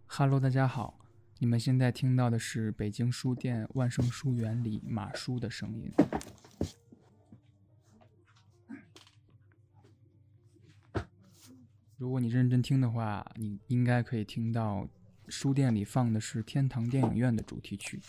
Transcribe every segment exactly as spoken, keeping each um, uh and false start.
Hello， 大家好，你们现在听到的是北京书店万盛书园里马叔的声音。如果你认真听的话，你应该可以听到书店里放的是天堂电影院的主题曲。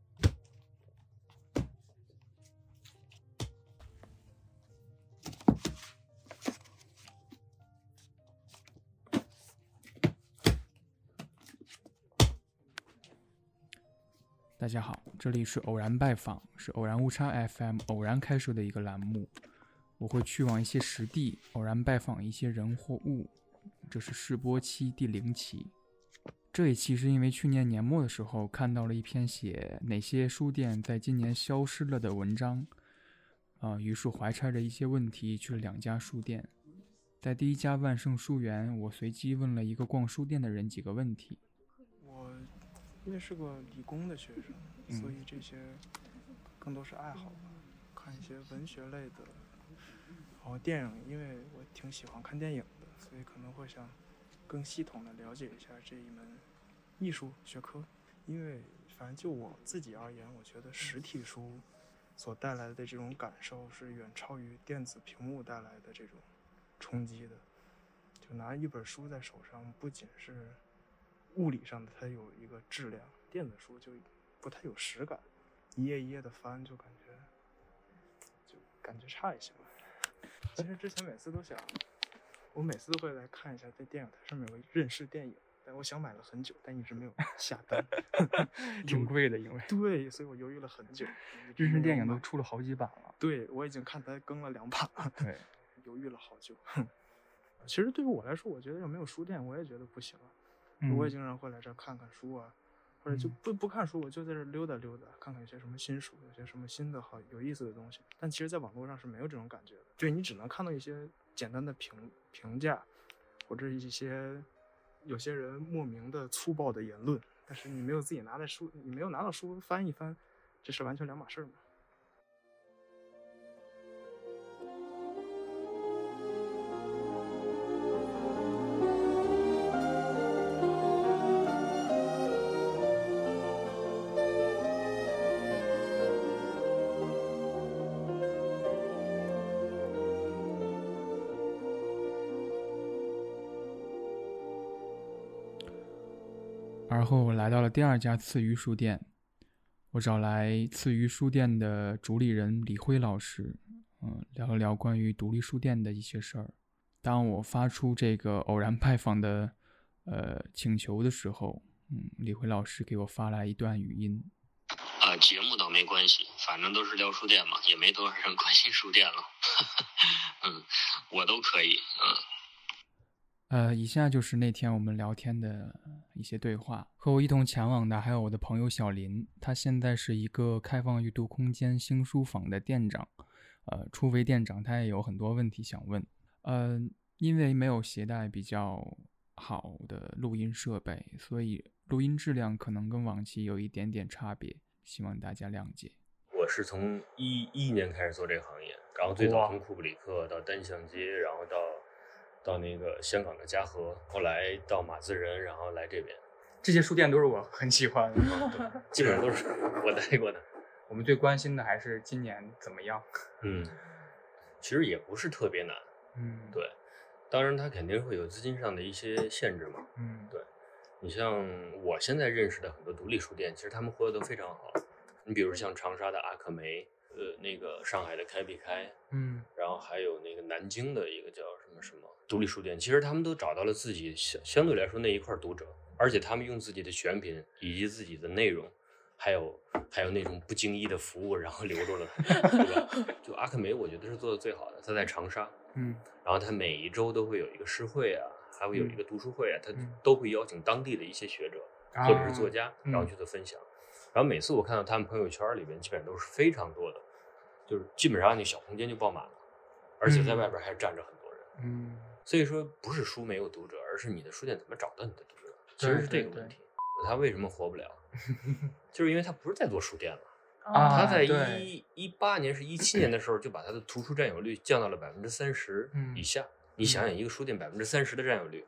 大家好，这里是偶然拜访，是偶然误差 F M 偶然开设的一个栏目。我会去往一些实地，偶然拜访一些人或物。这是试播期第零期。这一期是因为去年年末的时候看到了一篇写哪些书店在今年消失了的文章，呃，于是怀揣着一些问题去了两家书店。在第一家万盛书园，我随机问了一个逛书店的人几个问题。 我因为是个理工的学生， 嗯、 所以这些更多是爱好吧，看一些文学类的，然后电影，因为我挺喜欢看电影的，所以可能会想更系统的了解一下这一门艺术学科。因为反正就我自己而言，我觉得实体书所带来的这种感受是远超于电子屏幕带来的这种冲击的。就拿一本书在手上，不仅是物理上的它有一个质量，电子书就不太有实感，一页一页的翻就感觉就感觉差一些吧。其实之前每次都想，我每次都会来看一下在电影台上面有个认识电影，但我想买了很久，但一直没有下单。 挺贵的，因为对，所以我犹豫了很久。 认识电影都出了好几版了。 对，我已经看它更了两版了。 对， 犹豫了好久。其实对于我来说，我觉得要没有书店，我也觉得不行啊。 嗯、 我也经常会来这儿看看书啊，或者就不不看书，我就在这溜达溜达，看看有些什么新书，有些什么新的好有意思的东西。但其实在网络上是没有这种感觉的，对，你只能看到一些简单的评评价，或者一些有些人莫名的粗暴的言论，但是你没有自己拿的书，你没有拿到书翻一翻，这是完全两码事嘛。 而后我来到了第二家次鱼书店，我找来次鱼书店的主理人李辉老师，嗯，聊一聊关于独立书店的一些事儿。当我发出这个偶然拜访的呃请求的时候，嗯，李辉老师给我发来一段语音。 呃，节目倒没关系，反正都是聊书店嘛，也没多少人关心书店了。嗯，我都可以，嗯。 呃，以下就是那天我们聊天的一些对话。和我一同前往的还有我的朋友小林，他现在是一个开放阅读空间新书坊的店长。呃，初为店长，他也有很多问题想问。呃，因为没有携带比较好的录音设备，所以录音质量可能跟往期有一点点差别，希望大家谅解。 我是从一一年开始做这个行业，然后最早从库布里克到单向街，然后到到那个香港的嘉禾，后来到马自仁，然后来这边。 这些书店都是我很喜欢的， 基本上都是我待过的。 我们最关心的还是今年怎么样。 嗯，其实也不是特别难。 嗯， 对，当然它肯定会有资金上的一些限制嘛。 嗯， 对，你像我现在认识的很多独立书店，其实他们活得都非常好。你比如像长沙的阿克梅，呃，那个上海的开必开， 嗯， 然后还有那个南京的一个叫什么什么独立书店，其实他们都找到了自己相相对来说那一块读者，而且他们用自己的选品以及自己的内容，还有还有那种不经意的服务，然后留住了他，对吧？就阿克梅，我觉得是做的最好的，他在长沙， 嗯， 然后他每一周都会有一个诗会啊，还会有一个读书会啊，他嗯、 都会邀请当地的一些学者、 啊、 或者是作家，然后去做分享。 嗯然后每次我看到他们朋友圈里面，基本上都是非常多的，就是基本上那小空间就爆满了，而且在外边还站着很多人。 嗯， 所以说不是书没有读者，而是你的书店怎么找到你的读者，其实是这个问题。他为什么活不了？就是因为他不是在做书店了。 啊， 他在一一八年是一七年的时候就把他的图书占有率降到了百分之三十以下。嗯、你想想，一个书店百分之三十的占有率，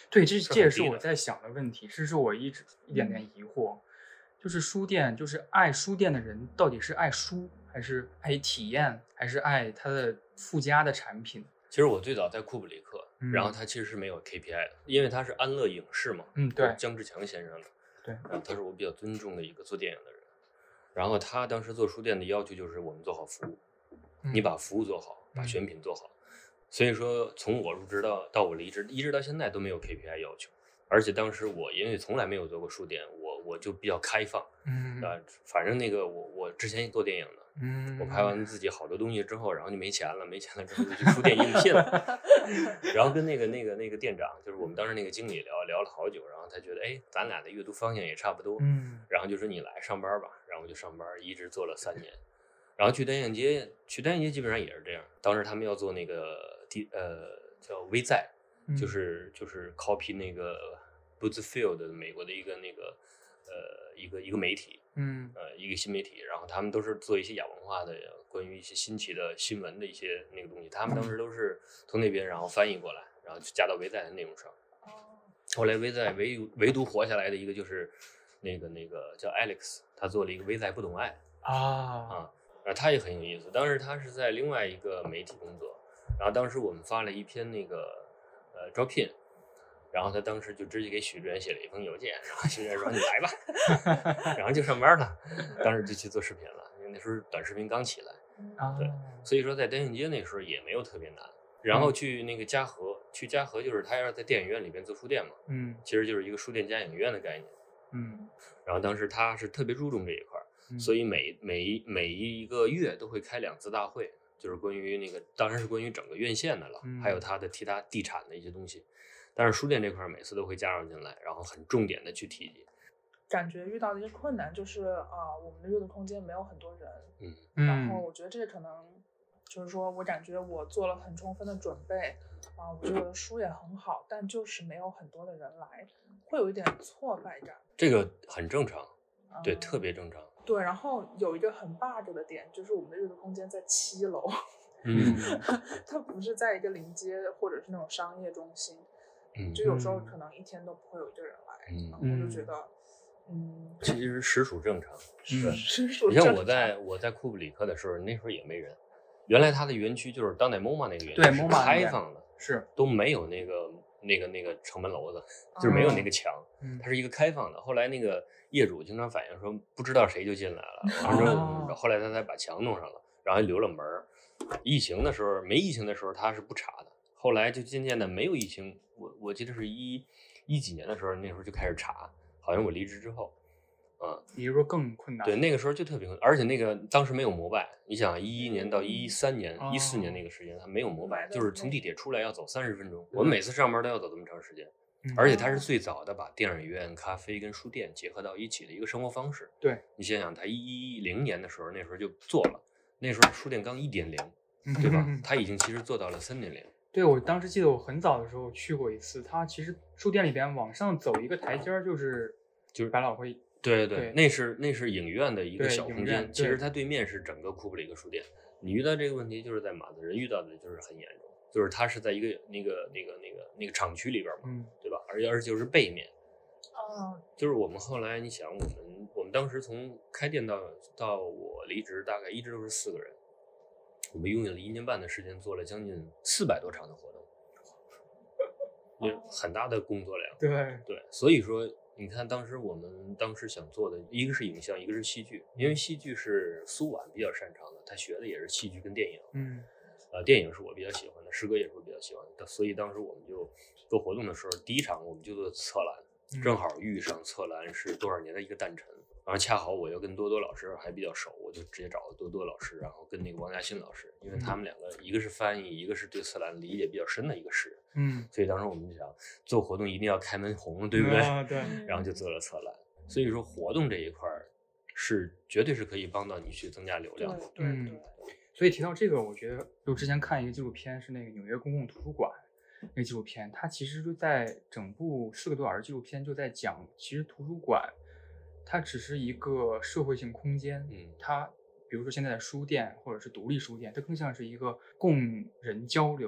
对，这这也是很低的我在想的问题，这是我一直一点点疑惑，就是书店，就是爱书店的人到底是爱书，还是爱体验，还是爱它的附加的产品？ 其实我最早在库布里克， 嗯然后它其实是没有 K P I 的，因为它是安乐影视嘛， 嗯，对姜志强先生的， 对， 然后他是我比较尊重的一个做电影的人，然后他当时做书店的要求就是我们做好服务， 嗯你把服务做好，把选品做好，所以说从我入职到到我离职，一直到现在都没有 K P I 要求，而且当时我因为从来没有做过书店，我我就比较开放， 嗯啊，反正那个我我之前做电影的。 嗯， 我拍完自己好多东西之后，然后就没钱了，没钱了之后就去书店应聘了，然后跟那个那个那个店长，就是我们当时那个经理聊聊了好久，然后他觉得哎，咱俩的阅读方向也差不多， 嗯， 然后就说你来上班吧，然后我就上班，一直做了三年，然后去单影街，去单影街基本上也是这样，当时他们要做那个第呃叫微在，就是就是 copy 那个 Buzzfield 的美国的一个那个呃一个一个媒体。 嗯， 呃，一个新媒体，然后他们都是做一些亚文化的，关于一些新奇的新闻的一些那个东西，他们当时都是从那边然后翻译过来，然后就加到微在的内容上。后来微在唯唯独活下来的一个就是那个那个叫 Alex， 他做了一个微在不懂爱啊啊，啊，他也很有意思。当时他是在另外一个媒体工作，然后当时我们发了一篇那个呃招聘。然后他当时就直接给许志远写了一封邮件，然后许志远说你来吧，然后就上班了。当时就去做视频了，因为那时候短视频刚起来， 啊， 对，所以说在单影街那时候也没有特别难。然后去那个嘉禾，去嘉禾就是他要在电影院里边做书店嘛， 嗯， 其实就是一个书店加影院的概念， 嗯， 然后当时他是特别注重这一块， 嗯所以每每每一个月都会开两次大会，就是关于那个当然是关于整个院线的了， 嗯还有他的其他地产的一些东西。但是书店这块每次都会加上进来，然后很重点的去提及。 感觉遇到的一些困难就是啊、呃，我们的阅读空间没有很多人， 嗯， 然后我觉得这个可能就是说我感觉我做了很充分的准备啊、呃，我觉得书也很好，但就是没有很多的人来，会有一点挫败感。 这个很正常，对， 嗯、 特别正常。 对，然后有一个很 bug 的点就是我们的阅读空间在七楼， 嗯， 它不是在一个临街或者是那种商业中心。 嗯， 就有时候可能一天都不会有一个人来， 嗯， 我就觉得，嗯， 其实实属正常。 是实属你像我在我在库布里克的时候，那时候也没人。原来它的园区就是当代 M O M A 那个园区， 对是 M O M A 开放的， 是都没有那个那个那个城门楼子，就是没有那个墙， 嗯它是一个开放的。后来那个业主经常反映说，不知道谁就进来了，完了之哦后，后来他才把墙弄上了，然后还留了门儿。疫情的时候，没疫情的时候他是不查的，后来就渐渐的没有疫情。我我记得是一一几年的时候，那时候就开始查，好像我离职之后，啊、 嗯，也就是说更困难。 对，那个时候就特别困难，而且那个当时没有摩拜，你想一一年到一三年、一四、 哦、 年那个时间，它没有摩拜， 买的就是从地铁出来要走三十分钟， 对我们每次上班都要走这么长时间， 嗯、 而且它是最早的把电影院、咖啡跟书店结合到一起的一个生活方式。 对， 你想想，它一零年的时候，那时候就做了，那时候书店刚一点零，对吧？它已经其实做到了三点零。 对，我当时记得我很早的时候去过一次，它其实书店里边往上走一个台阶儿，就是就是百老汇。 对对对， 那是那是影院的一个小空间，其实对它对面是整个库布里克书店。你遇到这个问题，就是在马子人遇到的就是很严重，就是它是在一个那个那个那个那个厂区里边嘛， 嗯， 对吧？而且而且就是背面， 哦， 就是我们后来你想，我们我们当时从开店到到我离职，大概一直都是四个人。我们用了一年半的时间，做了将近四百多场的活动，有很大的工作量。 对对，所以说你看，当时我们当时想做的一个是影像，一个是戏剧，因为戏剧是苏婉比较擅长的，他学的也是戏剧跟电影。 嗯， 呃，电影是我比较喜欢的，诗歌也是我比较喜欢的，所以当时我们就做活动的时候，第一场我们就做侧栏，正好遇上侧栏是多少年的一个诞辰。然后恰好我又跟多多老师还比较熟，我就直接找了多多老师，然后跟那个王嘉欣老师，因为他们两个一个是翻译，一个是对侧栏理解比较深的一个诗人， 嗯， 所以当时我们就想做活动一定要开门红，对不对？ 啊、对。 然后就做了侧栏，所以说活动这一块是绝对是可以帮到你去增加流量的。 对对嗯对。 所以提到这个，我觉得就之前看一个纪录片，是那个纽约公共图书馆那个纪录片，它其实就在整部四个多小时纪录片就在讲，其实图书馆它只是一个社会性空间， 嗯， 它比如说现在的书店或者是独立书店，它更像是一个供人交流，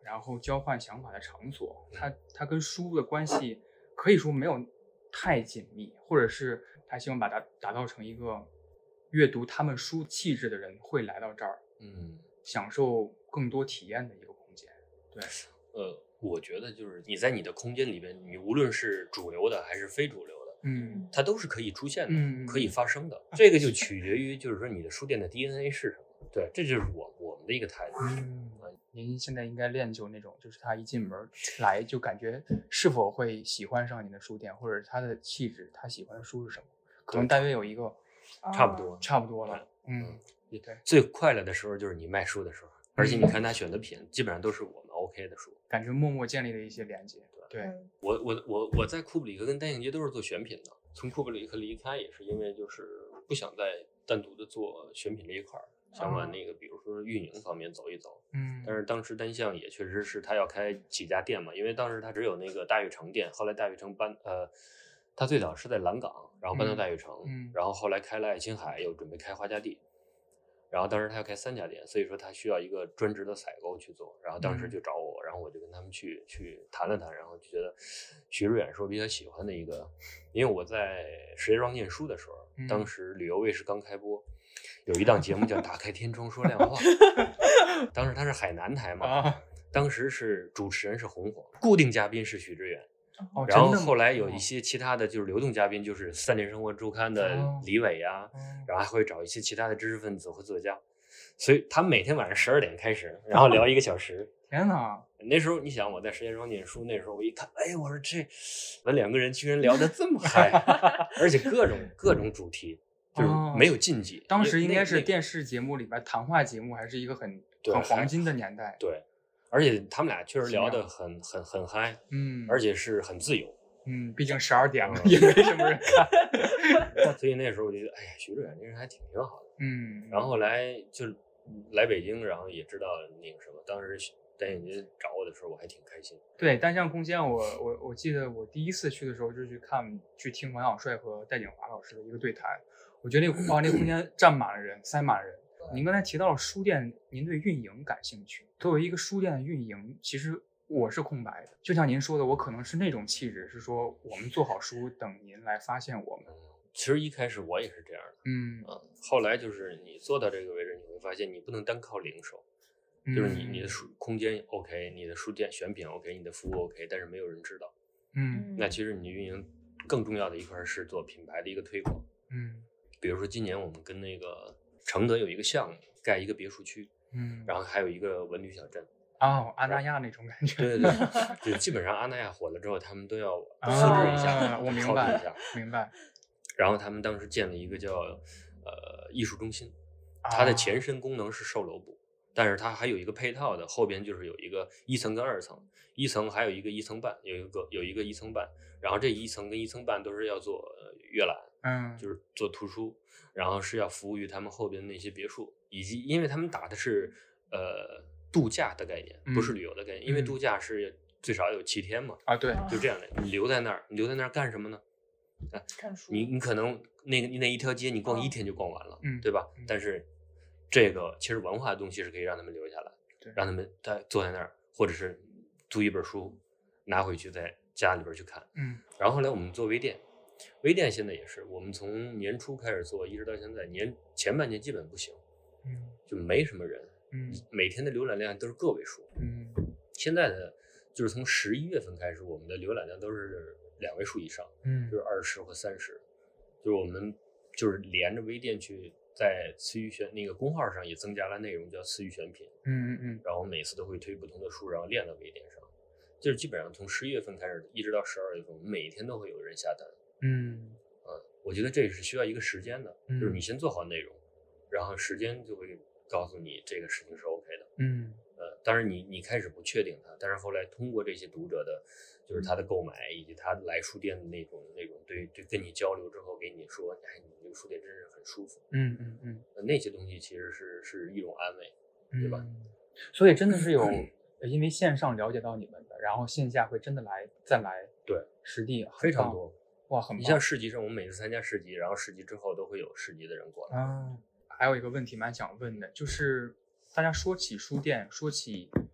然后交换想法的场所。它它跟书的关系可以说没有太紧密，或者是他希望把它打造成一个阅读他们书气质的人会来到这儿， 嗯， 享受更多体验的一个空间。对， 呃，我觉得就是你在你的空间里边，你无论是主流的还是非主流的， 嗯它都是可以出现的， 嗯可以发生的。这个就取决于就是说你的书店的 D N A 是什么。对，这就是我我们的一个态度。 嗯，您现在应该练就那种，就是他一进门来就感觉是否会喜欢上您的书店，或者他的气质，他喜欢的书是什么，可能大约有一个差不多， 差不多了。嗯，对， 最快乐的时候就是你卖书的时候，而且你看他选的品，基本上都是我们 OK 的书， 感觉默默建立了一些连接。对， 我我我我在库布里克跟单行街都是做选品的，从库布里克离开也是因为就是不想再单独的做选品这一块儿。想往那个，比如说运营方面走一走， 嗯， 但是当时单向也确实是他要开几家店嘛，因为当时他只有那个大悦城店，后来大悦城搬，呃，他最早是在蓝港，然后搬到大悦城， 嗯， 然后后来开了爱琴海，又准备开花家地，然后当时他要开三家店，所以说他需要一个专职的采购去做，然后当时就找我，然后我就跟他们去去谈了谈，然后就觉得徐志远是我比较喜欢的一个，因为我在石家庄念书的时候， 嗯、 当时旅游卫视刚开播。有一档节目叫《打开天窗说亮话》，当时他是海南台嘛， 啊、 当时是主持人是红火，固定嘉宾是许知远， 哦、 然后后来有一些其他的就是流动嘉宾，就是《三联生活周刊》的李伟呀、啊， 哦、 然后还会找一些其他的知识分子和作家，所以他们每天晚上十二点开始，然后聊一个小时。 天哪！ 那时候你想我在石家庄念书，那时候我一看，哎，我说这我两个人居然聊得这么嗨，而且各种各种主题。就是没有禁忌、 哦，当时应该是电视节目里边谈话节目，还是一个很很黄金的年代。 对，而且他们俩确实聊得很很很嗨， 嗯， 而且是很自由。 嗯，毕竟十二点了，嗯、也没什么人看。 所以那时候我觉得，哎呀，徐志远这人还挺挺好的。 嗯， 然后后来就来北京，然后也知道那个什么，当时单向街找我的时候，我还挺开心。 对，单向空间我，我我我记得我第一次去的时候，就去看去听王小帅和戴景华老师的一个对谈。我觉得那个哇，那个空间站满了人，塞满了人。您刚才提到了书店，您对运营感兴趣。作为一个书店的运营，其实我是空白的。就像您说的，我可能是那种气质，是说我们做好书，等您来发现我们。 其实一开始我也是这样的， 嗯啊，后来就是你做到这个位置，你会发现你不能单靠零售， 嗯、 就是你你的书空间 OK， 你的书店选品 OK， 你的服务 OK， 但是没有人知道。 嗯， 那其实你运营更重要的一块是做品牌的一个推广。 嗯。 比如说今年我们跟那个承德有一个项目，盖一个别墅区， 嗯， 然后还有一个文旅小镇。 哦，阿那亚那种感觉。 对对对，就基本上阿那亚火了之后，他们都要复制一下， 哦、我明白一下，明白。 然后他们当时建了一个叫呃艺术中心，它的前身功能是售楼部，但是它还有一个配套的，后边就是有一个一层跟二层，一层还有一个一层半，有一个有一个一层半，然后这一层跟一层半都是要做阅览， 嗯， 就是做图书，然后是要服务于他们后边的那些别墅，以及因为他们打的是呃度假的概念，不是旅游的概念， 嗯、 因为度假是最少有七天嘛， 啊对， 就这样的，你留在那儿，你留在那儿干什么呢？ 啊，看书。 你你可能那个那一条街你逛一天就逛完了， 嗯， 对吧？ 嗯、 但是这个其实文化的东西是可以让他们留下来， 对， 让他们他坐在那儿，或者是租一本书拿回去在家里边去看， 嗯。 然后后来我们做微店，微店现在也是，我们从年初开始做，一直到现在，年前半年基本不行， 嗯， 就没什么人， 嗯， 每天的浏览量都是个位数， 嗯。 现在的就是从十一月份开始，我们的浏览量都是两位数以上， 嗯， 就是二十或三十，就是我们就是连着微店去在词语选那个公号上也增加了内容，叫词语选品， 嗯嗯嗯， 然后每次都会推不同的书，然后练到微店上，就是基本上从十一月份开始一直到十二月份，我们每天都会有人下单， 嗯， 啊，我觉得这是需要一个时间的， 嗯、 就是你先做好内容，然后时间就会告诉你这个事情是 OK 的， 嗯。 呃，当然你你开始不确定它，但是后来通过这些读者的，就是他的购买以及他来书店的那种那种对对跟你交流之后，给你说，哎，你这个书店真是很舒服， 嗯嗯嗯， 那那些东西其实是是一种安慰，对吧？ 嗯、所以真的是有，因为线上了解到你们的，然后线下会真的来再来， 对， 实地非常多， 哇，很棒。 你像市集上，我们每次参加市集，然后市集之后都会有市集的人过来。 啊，还有一个问题蛮想问的，就是大家说起书店，说起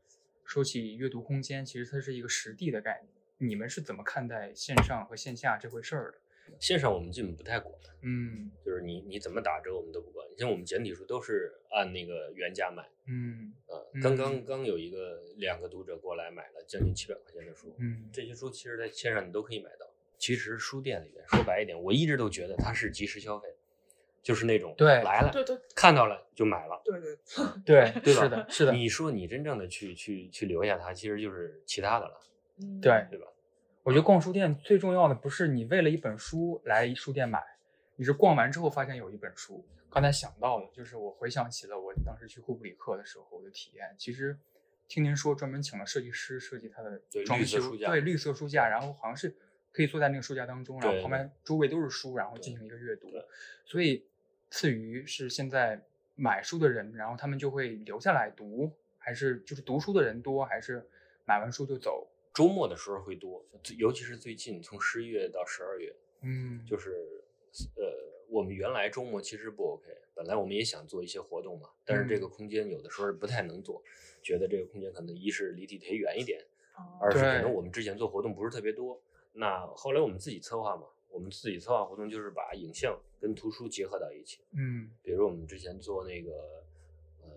说起阅读空间，其实它是一个实地的概念。你们是怎么看待线上和线下这回事儿的？ 线上我们基本不太管， 嗯， 就是你你怎么打折我们都不管。像我们简体书都是按那个原价买， 嗯， 呃， 嗯刚刚刚有一个两个读者过来买了将近七百块钱的书， 嗯， 这些书其实在线上你都可以买到。其实书店里面说白一点，我一直都觉得它是即时消费，就是那种对来了对对看到了就买了， 对对， 对， 对吧？ 是的，是的， 你说你真正的去去去留下它，其实就是其他的了， 嗯对对吧？ 我觉得逛书店最重要的不是你为了一本书来书店买，你是逛完之后发现有一本书。刚才想到了，就是我回想起了我当时去库布里克的时候的体验。其实听您说专门请了设计师设计它的装修，对，绿色书架，然后好像是可以坐在那个书架当中，然后旁边周围都是书，然后进行一个阅读。所以次于是现在买书的人，然后他们就会留下来读，还是就是读书的人多，还是买完书就走？ 周末的时候会多，尤其是最近从十一月到十二月， 嗯， 就是呃，我们原来周末其实不 OK， 本来我们也想做一些活动嘛，但是这个空间有的时候不太能做，觉得这个空间可能一是离地铁远一点，二是可能我们之前做活动不是特别多。那后来我们自己策划嘛，我们自己策划活动就是把影像跟图书结合到一起， 嗯， 比如我们之前做那个呃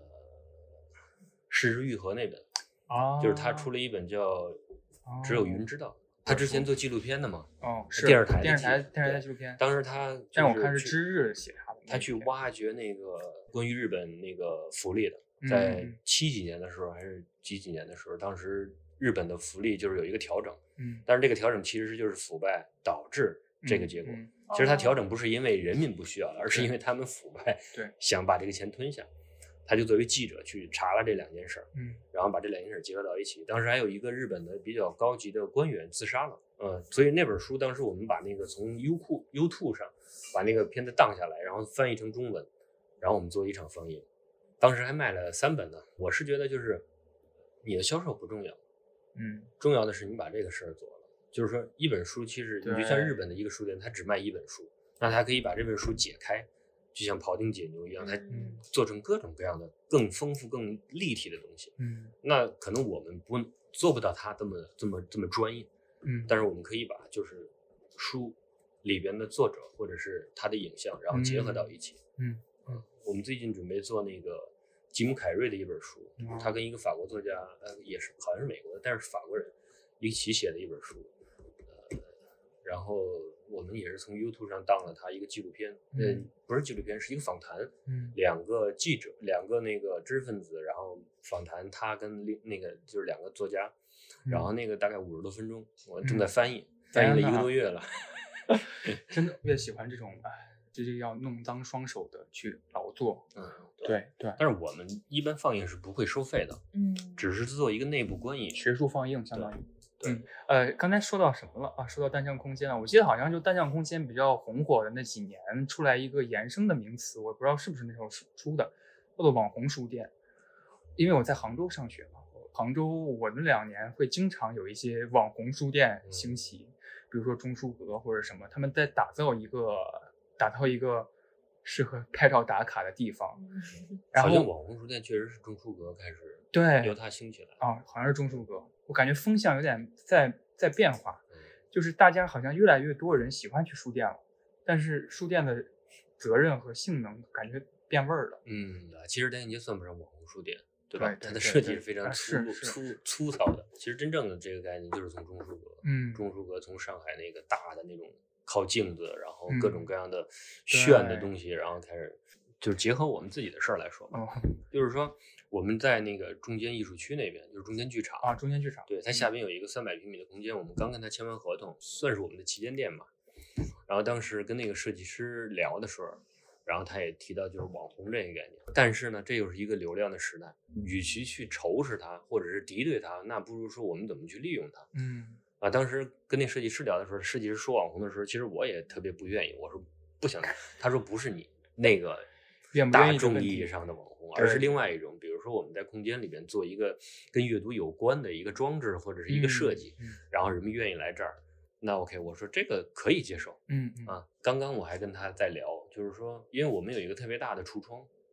《失之愈合》那本， 啊， 就是他出了一本叫《只有云知道》。他之前做纪录片的嘛， 哦，是电视台电视台电视台纪录片。 当时他， 但我看是知日写他的， 他去挖掘那个关于日本那个福利的， 嗯、 在七几年的时候还是几几年的时候，当时日本的福利就是有一个调整， 嗯， 但是这个调整其实是就是腐败导致这个结果。 嗯嗯、 其实他调整不是因为人民不需要，而是因为他们腐败， 对， 想把这个钱吞下。他就作为记者去查了这两件事儿， 嗯， 然后把这两件事结合到一起。当时还有一个日本的比较高级的官员自杀了，嗯，所以那本书当时我们把那个从优酷 YouTube 上把那个片子荡下来，然后翻译成中文，然后我们做一场放映，当时还卖了三本呢。我是觉得就是你的销售不重要， 嗯， 重要的是你把这个事儿做了。就是说一本书其实你就像日本的一个书店，它只卖一本书，那它可以把这本书解开。就像庖丁解牛一样，它做成各种各样的更丰富、更立体的东西。 嗯， 那可能我们不做不到它这么、这么、这么专业。 嗯， 但是我们可以把就是书里边的作者或者是他的影像，然后结合到一起。 嗯嗯, 嗯，我们最近准备做那个吉姆凯瑞的一本书， 嗯、 他跟一个法国作家，呃，也是好像是美国的，但是法国人一起写的一本书。呃，然后。我们也是从 YouTube 上当了他一个纪录片，嗯，不是纪录片，是一个访谈， 嗯， 两个记者，两个那个知识分子，然后访谈他跟那个就是两个作家，然后那个大概五十多分钟，我正在翻译， 嗯、 翻译了一个多月了， 真的越喜欢这种，哎，这就要弄脏双手的去劳作， 嗯， 对 对, 对。 但是我们一般放映是不会收费的， 嗯， 只是做一个内部观影， 学术放映相当于。 对， 嗯，呃，刚才说到什么了啊？说到单向空间了。我记得好像就单向空间比较红火的那几年，出来一个衍生的名词，我不知道是不是那时候出的，叫做网红书店。因为我在杭州上学嘛，杭州我那两年会经常有一些网红书店兴起，嗯、比如说中书阁或者什么，他们在打造一个打造一个适合拍照打卡的地方。然后好像网红书店确实是中书阁开始对由它兴起来啊，好像是中书阁。我感觉风向有点在在变化，就是大家好像越来越多人喜欢去书店了，但是书店的责任和性能感觉变味儿了。 嗯，其实单行街算不上网红书店，对吧？ 对对它的设计是非常粗是是粗粗糙的。其实真正的这个概念就是从中书阁， 嗯， 中书阁从上海那个大的那种靠镜子，然后嗯各种各样的炫的东西，然后开始就是结合我们自己的事儿来说吧， 哦， 就是说。我们在那个中间艺术区那边，就是中间剧场啊，中间剧场， 对，它下边有一个三百平米的空间，我们刚跟他签完合同，算是我们的旗舰店嘛。然后当时跟那个设计师聊的时候，然后他也提到就是网红这个概念，但是呢，这又是一个流量的时代，与其去仇视它或者是敌对它，那不如说我们怎么去利用它。 嗯， 啊，当时跟那设计师聊的时候，设计师说网红的时候，其实我也特别不愿意，我说不想，他说不是你那个大众意义上的网红，而是另外一种，比如说我们在空间里边做一个跟阅读有关的一个装置或者是一个设计， 嗯嗯、 然后人们愿意来这儿，那 OK， 我说这个可以接受， 嗯嗯啊，刚刚我还跟他在聊，就是说，因为我们有一个特别大的橱窗，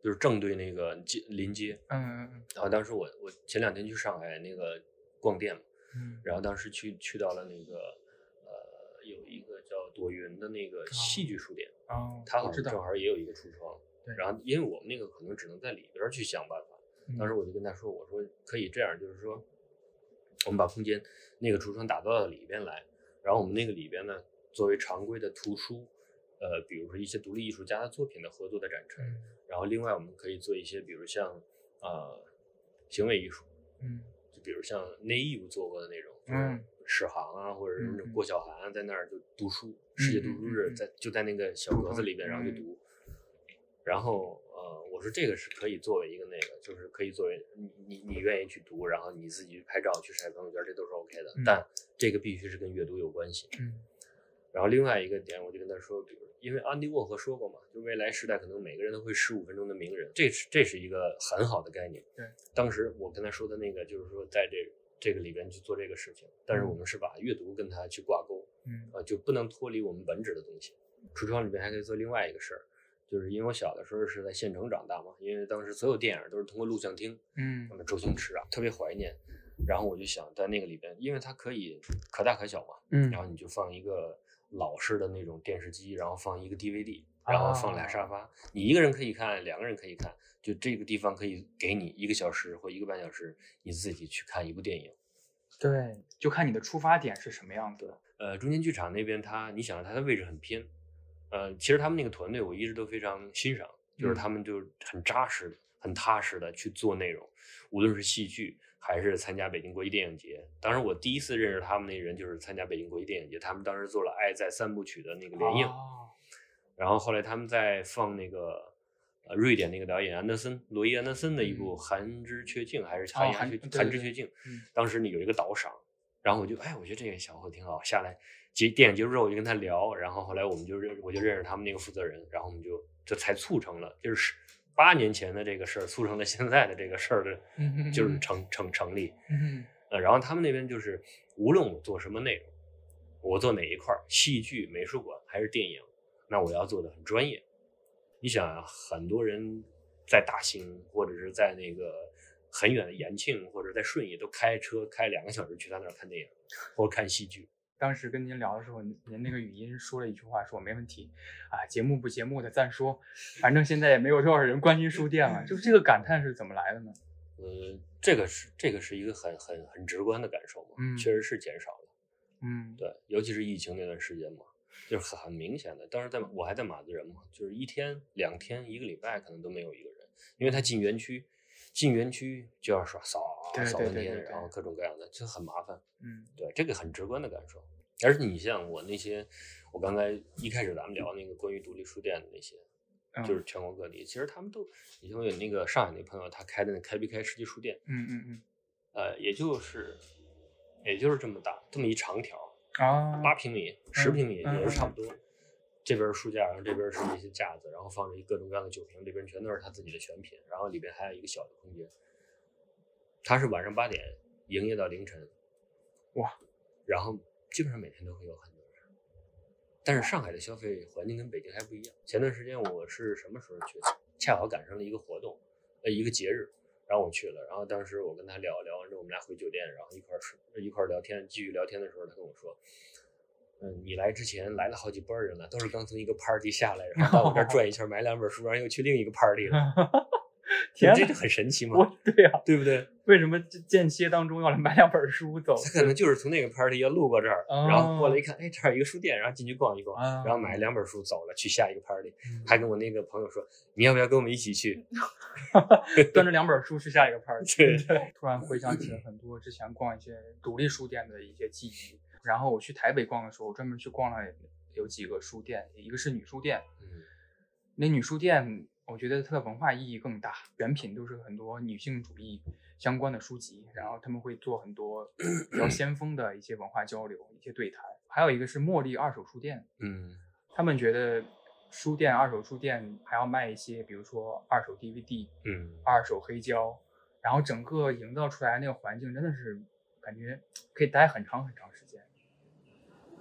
就是正对那个街临街。 嗯嗯嗯。 然后当时我我前两天去上海那个逛店嘛， 嗯， 然后当时去去到了那个呃有一个叫朵云的那个戏剧书店， 哦， 它好我知道像正好也有一个橱窗。 对， 然后因为我们那个可能只能在里边去想办法， 嗯当时我就跟他说，我说可以这样，就是说我们把空间那个橱窗打造到里边来，然后我们那个里边呢，作为常规的图书，呃，比如说一些独立艺术家的作品的合作的展陈， 嗯然后另外我们可以做一些，比如像呃行为艺术， 嗯就比如像内义务做过的那种， 嗯， 史航啊，或者是那种嗯嗯郭晓涵啊，在那儿就读书，世界读书日嗯嗯嗯在就在那个小格子里边，然后就读。然后呃，我说这个是可以作为一个那个，就是可以作为你你你愿意去读，然后你自己去拍照去晒朋友圈，这都是 OK 的。 嗯但这个必须是跟阅读有关系。 嗯然后另外一个点，我就跟他说，比如因为安迪沃荷说过嘛，就未来时代可能每个人都会十五分钟的名人，这是这是一个很好的概念。 对， 当时我跟他说的那个就是说在这这个里边去做这个事情，但是我们是把阅读跟它去挂钩， 嗯呃，就不能脱离我们本质的东西。橱窗里边还可以做另外一个事儿。就是因为我小的时候是在县城长大嘛，因为当时所有电影都是通过录像厅， 嗯那么周星驰啊，特别怀念。然后我就想在那个里边，因为它可以可大可小嘛， 嗯， 然后你就放一个老式的那种电视机，然后放一个 D V D， 然后放俩沙发，啊、你一个人可以看，两个人可以看，就这个地方可以给你一个小时或一个半小时，你自己去看一部电影。 对，就看你的出发点是什么样子的。 呃，中间剧场那边它，你想它的位置很偏。呃，其实他们那个团队我一直都非常欣赏，就是他们就很扎实的、很踏实的去做内容，无论是戏剧还是参加北京国际电影节。当然，我第一次认识他们那人就是参加北京国际电影节，他们当时做了《爱在三部曲》的那个联映， 哦、 然后后来他们在放那个呃瑞典那个导演安德森罗伊安德森的一部《寒之雀境》还是《寒之雀寒之雀境》， 嗯， 当时呢有一个导赏，然后我就哎，我觉得这个小伙挺好，下来。结电影结束之后，我就跟他聊，然后后来我们就认，我就认识他们那个负责人，然后我们就这才促成了，就是八年前的这个事儿，促成了现在的这个事儿的，就是成成成立。 嗯， 呃，然后他们那边就是无论我做什么内容，我做哪一块，戏剧、美术馆还是电影，那我要做的很专业。你想啊，很多人在大兴或者是在那个很远的延庆或者在顺义都开车开两个小时去他那儿看电影或者看戏剧。 当时跟您聊的时候，您那个语音说了一句话，说没问题啊，节目不节目的暂说，反正现在也没有多少人关心书店了。就是这个感叹是怎么来的呢？ 呃，这个是这个是一个很很很直观的感受嘛， 嗯， 确实是减少了， 嗯， 对，尤其是疫情那段时间嘛，就是很很明显的。当时在我还在马子人嘛，就是一天、两天、一个礼拜可能都没有一个人，因为他进园区，进园区就要刷扫扫半天，然后各种各样的，就很麻烦。 嗯， 对，这个很直观的感受。而且你像我那些，我刚才一开始咱们聊那个关于独立书店的那些， 嗯、 就是全国各地，其实他们都，你像有那个上海那朋友，他开的那开必开世纪书店， 嗯嗯嗯， 呃，也就是也就是这么大，这么一长条啊， 八平米、十平米嗯、 也是差不多。嗯、这边书架，然后这边是一些架子，然后放着各种各样的酒瓶，这边全都是他自己的选品，然后里边还有一个小的空间。他是晚上八点营业到凌晨， 哇， 然后基本上每天都会有很多人。但是上海的消费环境跟北京还不一样。前段时间我是什么时候去的？恰好赶上了一个活动，呃，一个节日，然后我去了。然后当时我跟他聊聊完之后，我们俩回酒店，然后一块儿一块儿聊天，继续聊天的时候，他跟我说：“嗯，你来之前来了好几波人了，都是刚从一个 party 下来，然后到我这儿转一圈，买两本书，然后又去另一个 party 了。” 天， 这就很神奇嘛！ 我对呀、啊， 对不对？ 为什么间歇当中要来买两本书走？ 他可能就是从那个 party 要路过这儿， 哦、 然后过来一看，哎，这儿有一个书店，然后进去逛一逛， 哦、 然后买两本书走了，去下一个 party。嗯、还跟我那个朋友说，你要不要跟我们一起去？ 端着两本书去下一个 party。 对对，突然回想起了很多之前逛一些独立书店的一些记忆。然后我去台北逛的时候，我专门去逛了有几个书店，一个是女书店， 嗯， 那女书店。我觉得它的文化意义更大，原品都是很多女性主义相关的书籍，然后他们会做很多比较先锋的一些文化交流、一些对谈。还有一个是茉莉二手书店， 嗯， 他们觉得书店、二手书店还要卖一些，比如说二手 D V D， 嗯， 二手黑胶，然后整个营造出来那个环境真的是感觉可以待很长很长时间。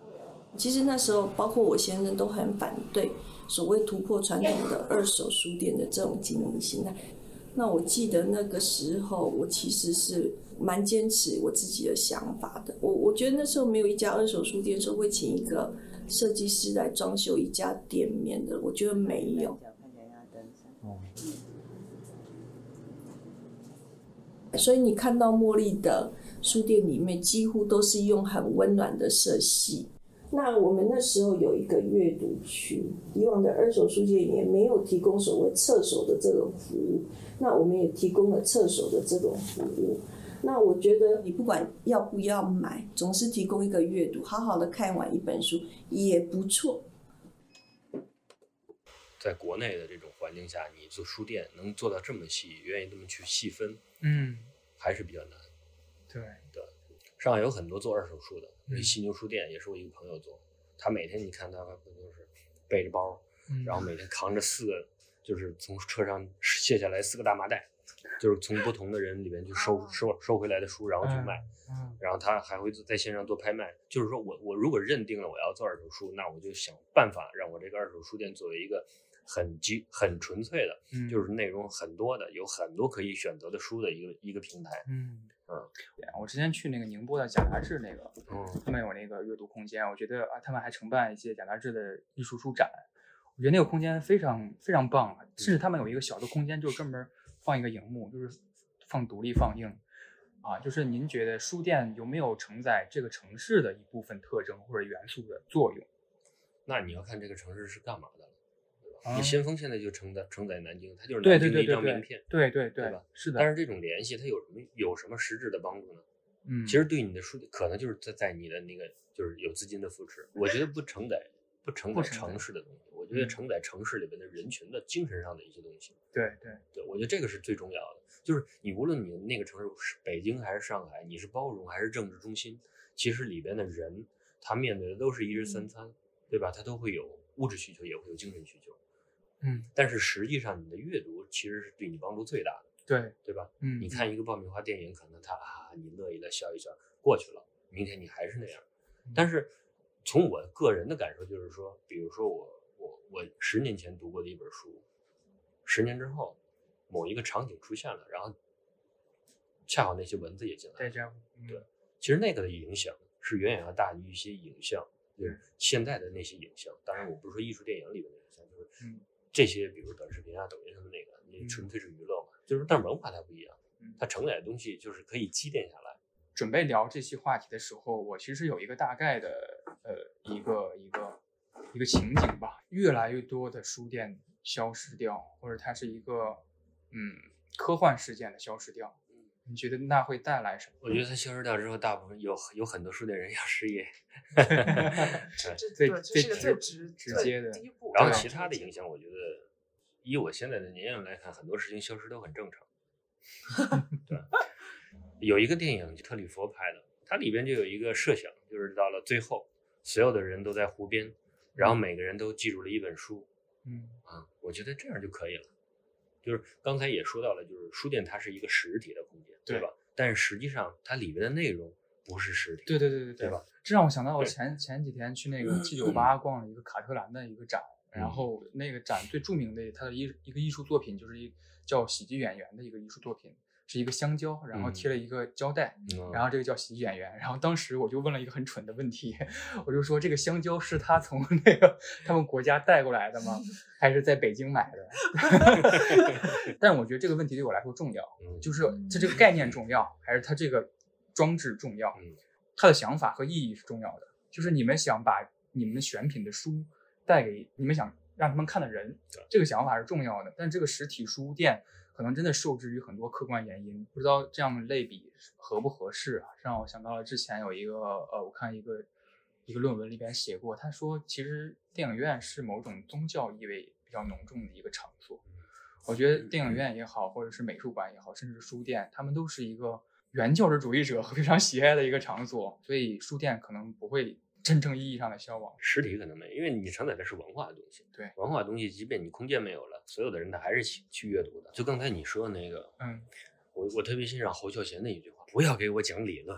其实那时候包括我先生都很反对所谓突破传统的二手书店的这种经营形态。那我记得那个时候我其实是蛮坚持我自己的想法的。我我觉得那时候没有一家二手书店说会请一个设计师来装修一家店面的，我觉得没有。所以你看到茉莉的书店里面几乎都是用很温暖的色系。那我们那时候有一个阅读区，以往的二手书店也没有提供所谓厕所的这种服务，那我们也提供了厕所的这种服务。那我觉得你不管要不要买，总是提供一个阅读，好好的看完一本书也不错。 在国内的这种环境下，你做书店能做到这么细，愿意这么去细分， 嗯， 还是比较难。 对对，上海有很多做二手书的， 嗯犀牛书店也是我一个朋友做，他每天你看他不就是背着包， 嗯然后每天扛着四个，就是从车上卸下来四个大麻袋，就是从不同的人里面去收收收回来的书，然后去卖。 嗯， 然后他还会在线上做拍卖，就是说我我如果认定了我要做二手书，那我就想办法让我这个二手书店作为一个很基很纯粹的， 嗯就是内容很多的，有很多可以选择的书的一个一个平台。 嗯嗯， 我之前去那个宁波的贾杂志那个， 嗯， 他们有那个阅读空间，我觉得啊，他们还承办一些贾杂志的艺术书展，我觉得那个空间非常非常棒，甚至他们有一个小的空间，就专门放一个荧幕，就是放独立放映。啊，就是您觉得书店有没有承载这个城市的一部分特征或者元素的作用？ 那你要看这个城市是干嘛的了，对吧？ 啊你先锋现在就承载承载南京，它就是对南京的一对对对对张名片， 对对对对吧？ 是的。 但是这种联系它有什么有什么实质的帮助呢？ 嗯， 其实对你的书可能就是在在你的那个就是有资金的扶持，我觉得不承载不承载不承载城市的东西，我觉得嗯承载城市里面的人群的精神上的一些东西。 对对对，我觉得这个是最重要的。就是你无论你那个城市是北京还是上海，你是包容还是政治中心，其实里边的人他面对的都是一日三餐，对吧？他都会有物质需求，也会有精神需求。 嗯， 但是实际上你的阅读其实是对你帮助最大的， 对对吧？ 嗯， 你看一个爆米花电影，可能他啊，你乐意了笑一笑过去了，明天你还是那样。但是从我个人的感受就是说，比如说我我我十年前读过的一本书，十年之后某一个场景出现了，然后恰好那些文字也进来了， 在这样，嗯、 对，其实那个的影响是远远要大于一些影像，就是现在的那些影像。当然，我不是说艺术电影里面的影像，就是嗯这些，比如短视频啊、抖音上的那个，那纯粹是娱乐嘛。就是，但是文化它不一样，它承载的东西就是可以积淀下来。 准备聊这期话题的时候，我其实有一个大概的呃一个一个一个情景吧。越来越多的书店消失掉，或者它是一个嗯科幻事件的消失掉，你觉得那会带来什么？ 我觉得它消失掉之后，大部分有有很多书店人要失业。 这最对，这是一个最最直直接的第一步。 然后对其他的影响，我觉得以我现在的年龄来看，很多事情消失都很正常。对，有一个电影就特里弗拍的，它里边就有一个设想，就是到了最后，所有的人都在湖边，然后每个人都记住了一本书。 嗯啊，我觉得这样就可以了。就是刚才也说到了，就是书店它是一个实体的空间，对对吧？但是实际上它里面的内容不是实体， 对对对对对吧？ 这让我想到我前前几天去那个七九八逛了一个卡特兰的一个展， 嗯然后那个展最著名的它的一一个艺术作品就是一叫喜剧演员的一个艺术作品，是一个香蕉，然后贴了一个胶带， 嗯、 然后这个叫喜剧演员。然后当时我就问了一个很蠢的问题，我就说这个香蕉是他从那个他们国家带过来的吗？还是在北京买的？但我觉得这个问题对我来说重要，就是它这个概念重要，还是它这个装置重要？他的想法和意义是重要的。就是你们想把你们选品的书带给你们想让他们看的人，这个想法是重要的。但这个实体书店可能真的受制于很多客观原因，不知道这样类比合不合适啊？让我想到了之前有一个呃，我看一个一个论文里边写过，他说其实电影院是某种宗教意味比较浓重的一个场所。我觉得电影院也好，或者是美术馆也好，甚至是书店，他们都是一个原教旨主义者非常喜爱的一个场所，所以书店可能不会真正意义上的消亡。 实体可能没，因为你承载的是文化的东西。 对， 文化的东西，即便你空间没有了，所有的人他还是去去阅读的。就刚才你说的那个， 嗯， 我我特别欣赏侯孝贤的一句话：不要给我讲理论，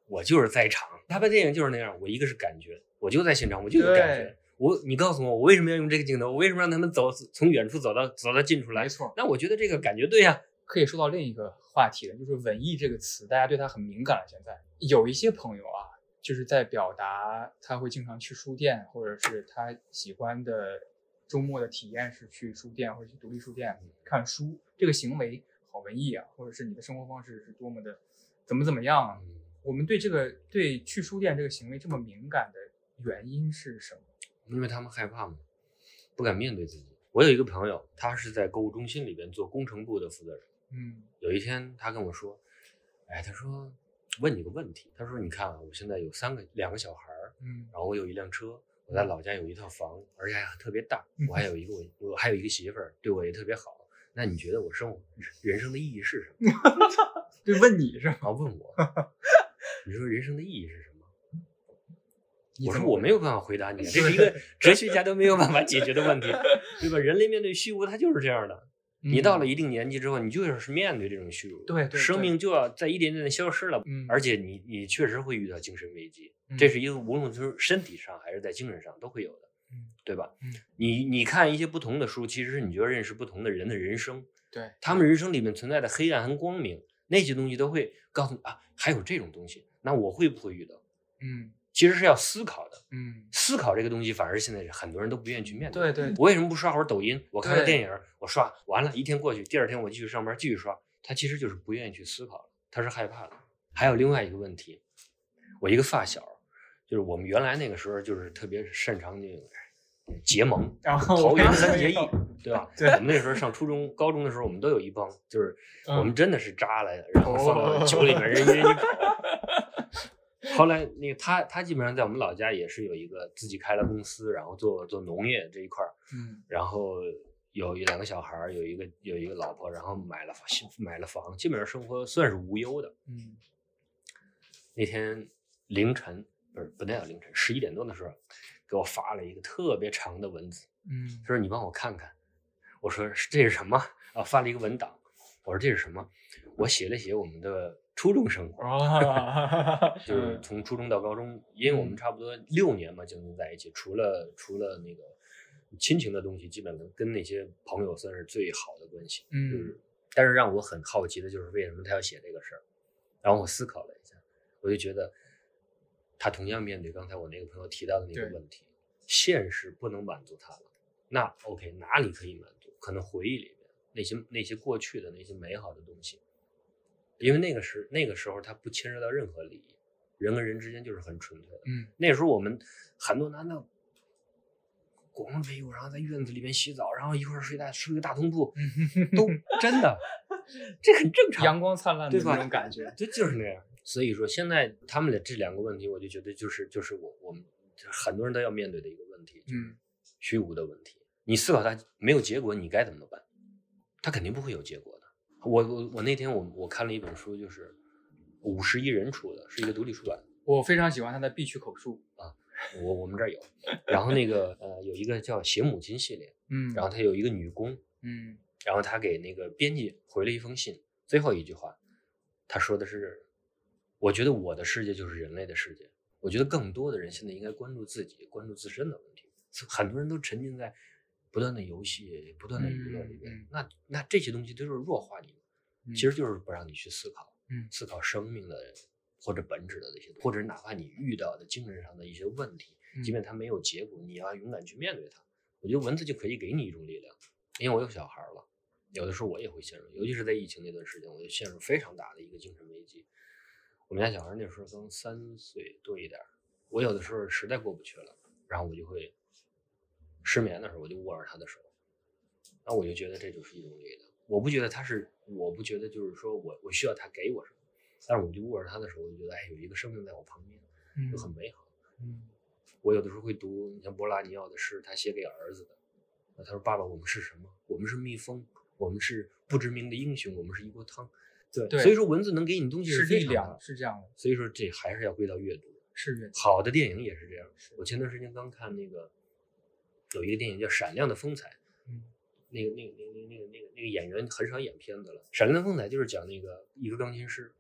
我就是在场。他拍电影就是那样，我一个是感觉，我就在现场，我就有感觉。我你告诉我，我为什么要用这个镜头？我为什么让他们走从远处走到走到近处来？ 没错， 那我觉得这个感觉对呀、啊。 可以说到另一个话题了，就是文艺这个词，大家对它很敏感了。现在有一些朋友啊，就是在表达他会经常去书店，或者是他喜欢的周末的体验是去书店或者去独立书店看书，这个行为好文艺啊，或者是你的生活方式是多么的怎么怎么样啊。我们对这个对去书店这个行为这么敏感的原因是什么？ 因为他们害怕嘛，不敢面对自己。我有一个朋友，他是在购物中心里边做工程部的负责人。 嗯， 有一天他跟我说，哎，他说问你个问题，他说你看啊，我现在有三个两个小孩，嗯，然后我有一辆车，我在老家有一套房，而且还特别大，我还有一个我我还有一个媳妇儿，对我也特别好。那你觉得我生活人生的意义是什么？ 对，问你是吗？ 啊，问我，你说人生的意义是什么？我说我没有办法回答你，这是一个哲学家都没有办法解决的问题，对吧？人类面对虚无，它就是这样的。你到了一定年纪之后，你就是面对这种虚无， 对 对, 对， 生命就要在一点点的消失了， 嗯， 而且你你确实会遇到精神危机，嗯、这是一个无论是身体上还是在精神上都会有的，嗯，对吧？ 嗯， 你你看一些不同的书，其实是你就要认识不同的人的人生， 对， 他们人生里面存在的黑暗和光明，那些东西都会告诉你啊，还有这种东西，那我会不会遇到？ 嗯。 其实是要思考的， 嗯， 思考这个东西反而现在很多人都不愿意去面对。对对， 我为什么不刷会儿抖音？我看个电影，我刷完了，一天过去，第二天我继续上班，继续刷。他其实就是不愿意去思考了，他是害怕的。还有另外一个问题，我一个发小，就是我们原来那个时候就是特别擅长那个结盟，桃园三结义，对吧？ 对， 我们那时候上初中、高中的时候，我们都有一帮，就是我们真的是扎来的，然后放到酒里面，人约你跑。后来那个他他基本上在我们老家也是有一个自己开了公司，然后做做农业这一块， 嗯， 然后有一两个小孩，有一个有一个老婆，然后买了买了房，基本上生活算是无忧的。 嗯， 那天凌晨不是不那叫凌晨十一点多的时候，给我发了一个特别长的文字， 嗯， 说你帮我看看。我说这是什么啊？发了一个文档。我说这是什么？我写了写我们的初中生活， 哦、 就是从初中到高中，因为我们差不多六年嘛，就能在一起。除了除了那个亲情的东西，基本上跟那些朋友算是最好的关系。 嗯， 就是但是让我很好奇的就是为什么他要写这个事儿。然后我思考了一下，我就觉得他同样面对刚才我那个朋友提到的那个问题，现实不能满足他了。那 OK， 哪里可以满足？可能回忆里面那些那些过去的那些美好的东西。因为那个时那个时候他不牵涉到任何利益，人跟人之间就是很纯粹的。 嗯， 那时候我们很多男的光着屁股，然后在院子里面洗澡，然后一块儿睡大睡个大通铺，都真的，这很正常， 阳光灿烂的那种感觉， 对，就是那样。所以说现在他们的这两个问题，我就觉得就是就是我我们很多人都要面对的一个问题，就是虚无的问题。你思考它没有结果，你该怎么办？它肯定不会有结果的。我我我那天我我看了一本书，就是五十一人出的，是一个独立出版。 我非常喜欢他的必取口述啊，我我们这儿有。然后那个呃有一个叫写母亲系列， 嗯， 然后他有一个女工， 嗯， 然后他给那个编辑回了一封信，最后一句话，他说的是，我觉得我的世界就是人类的世界，我觉得更多的人现在应该关注自己，关注自身的问题。很多人都沉浸在不断的游戏、不断的娱乐里面， 嗯嗯、 那那这些东西都是弱化你， 嗯、 其实就是不让你去思考， 嗯， 思考生命的或者本质的这些，或者哪怕你遇到的精神上的一些问题， 嗯、 即便它没有结果，你要勇敢去面对它。我觉得文字就可以给你一种力量，因为我有小孩了，有的时候我也会陷入，尤其是在疫情那段时间，我就陷入非常大的一个精神危机。我们家小孩那时候刚三岁多一点，我有的时候实在过不去了，然后我就会失眠的时候，我就握着他的手，那我就觉得这就是一种力量。我不觉得他是，我不觉得就是说我我需要他给我什么，但是我就握着他的手，我就觉得哎，有一个生命在我旁边，就很美好。 嗯， 我有的时候会读，你像波拉尼奥的诗，他写给儿子的，他说：“爸爸，我们是什么？我们是蜜蜂，我们是不知名的英雄，我们是一锅汤。”对， 对， 所以说文字能给你东西是非常力量，是这样的。 所以说这还是要归到阅读， 是阅读。 好的电影也是这样。我前段时间刚看那个有一个电影叫《闪亮的风采》， 嗯， 那个那个那个那个那个那个演员很少演片子了，《闪亮的风采》就是讲那个一个钢琴师，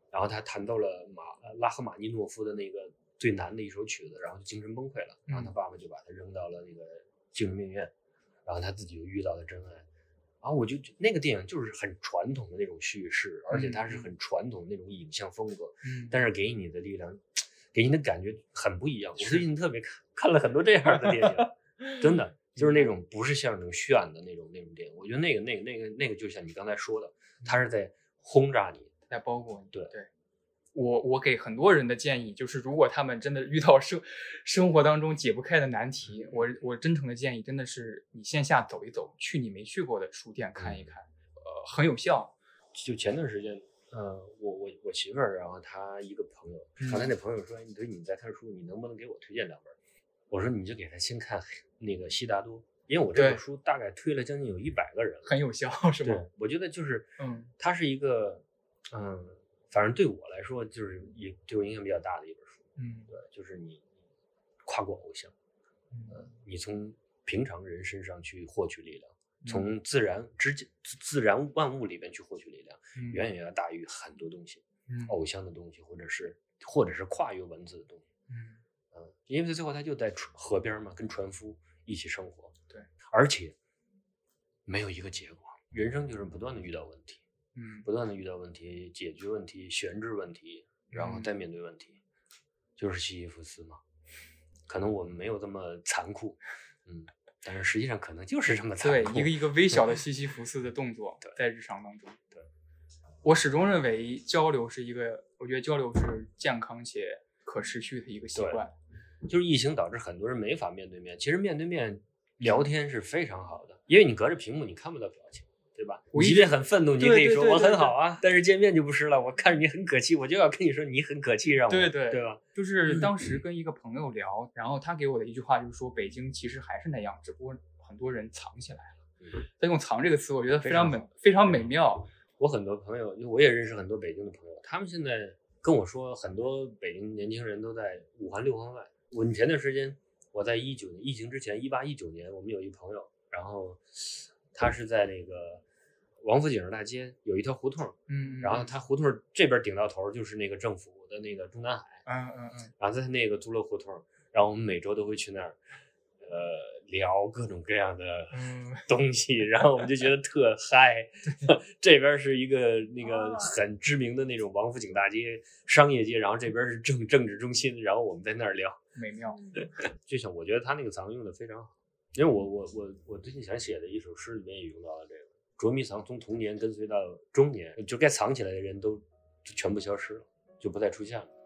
然后他弹到了马拉赫玛尼诺夫的那个最难的一首曲子，然后就精神崩溃了，然后他爸爸就把他扔到了那个精神病院，然后他自己又遇到了真爱。然后我就那个电影就是很传统的那种叙事，而且它是很传统的那种影像风格， 嗯， 但是给你的力量，给你的感觉很不一样。我最近特别看看了很多这样的电影，真的就是那种不是像那种炫的那种那种电影。我觉得那个那个那个那个就像你刚才说的，它是在轰炸你， 在包裹你。 对对。我我给很多人的建议就是，如果他们真的遇到生生活当中解不开的难题，我我真诚的建议真的是你线下走一走，去你没去过的书店看一看，呃，很有效。 就前段时间，呃，我我我媳妇儿，然后她一个朋友，然后她那朋友说，你对你在看书，你能不能给我推荐两本？我说你就给他先看那个悉达多，因为我这本书大概推了将近有一百个人， 很有效，是吗？ 对，我觉得就是， 嗯， 它是一个，嗯。反正对我来说，就是也对我影响比较大的一本书。 嗯， 对，就是你跨过偶像，嗯、呃，你从平常人身上去获取力量，嗯、从自然之自然万物里面去获取力量，嗯、远远要大于很多东西，嗯，偶像的东西，或者是或者是跨越文字的东西， 嗯， 呃、因为最后他就在河边嘛，跟船夫一起生活， 对， 而且没有一个结果，人生就是不断的遇到问题。 嗯， 不断的遇到问题，解决问题，悬置问题，然后再面对问题，嗯、就是西西弗斯嘛。可能我们没有这么残酷，嗯，但是实际上可能就是这么残酷。 对，一个一个微小的西西弗斯的动作，在日常当中。对，我始终认为交流是一个，我觉得交流是健康且可持续的一个习惯。 就是疫情导致很多人没法面对面，其实面对面聊天是非常好的，因为你隔着屏幕你看不到表情。对吧？我即便很愤怒，你可以说我很好啊，但是见面就不是了。我看着你很可气，我就要跟你说你很可气，让我对对对吧？ 就是当时跟一个朋友聊，嗯、然后他给我的一句话就是说，北京其实还是那样，只不过很多人藏起来了。嗯、他用“藏”这个词，我觉得非常美，非常美妙。 我很多朋友，因为我也认识很多北京的朋友，他们现在跟我说，很多北京年轻人都在五环六环外。我前段时间我在一九年疫情之前，一八一九年，我们有一朋友，然后他是在那个。王府井大街有一条胡同， 嗯， 然后他胡同这边顶到头就是那个政府的那个中南海， 嗯嗯嗯， 然后在那个租了胡同，然后我们每周都会去那儿，呃，聊各种各样的东西，嗯、然后我们就觉得特嗨。这边是一个那个很知名的那种王府井大街商业街，然后这边是政政治中心，然后我们在那儿聊， 美妙。 对，就像我觉得他那个藏用的非常好，因为我我我我最近想写的一首诗里面也用到了这个。捉迷藏从童年跟随到中年，就该藏起来的人都就全部消失了，就不再出现了。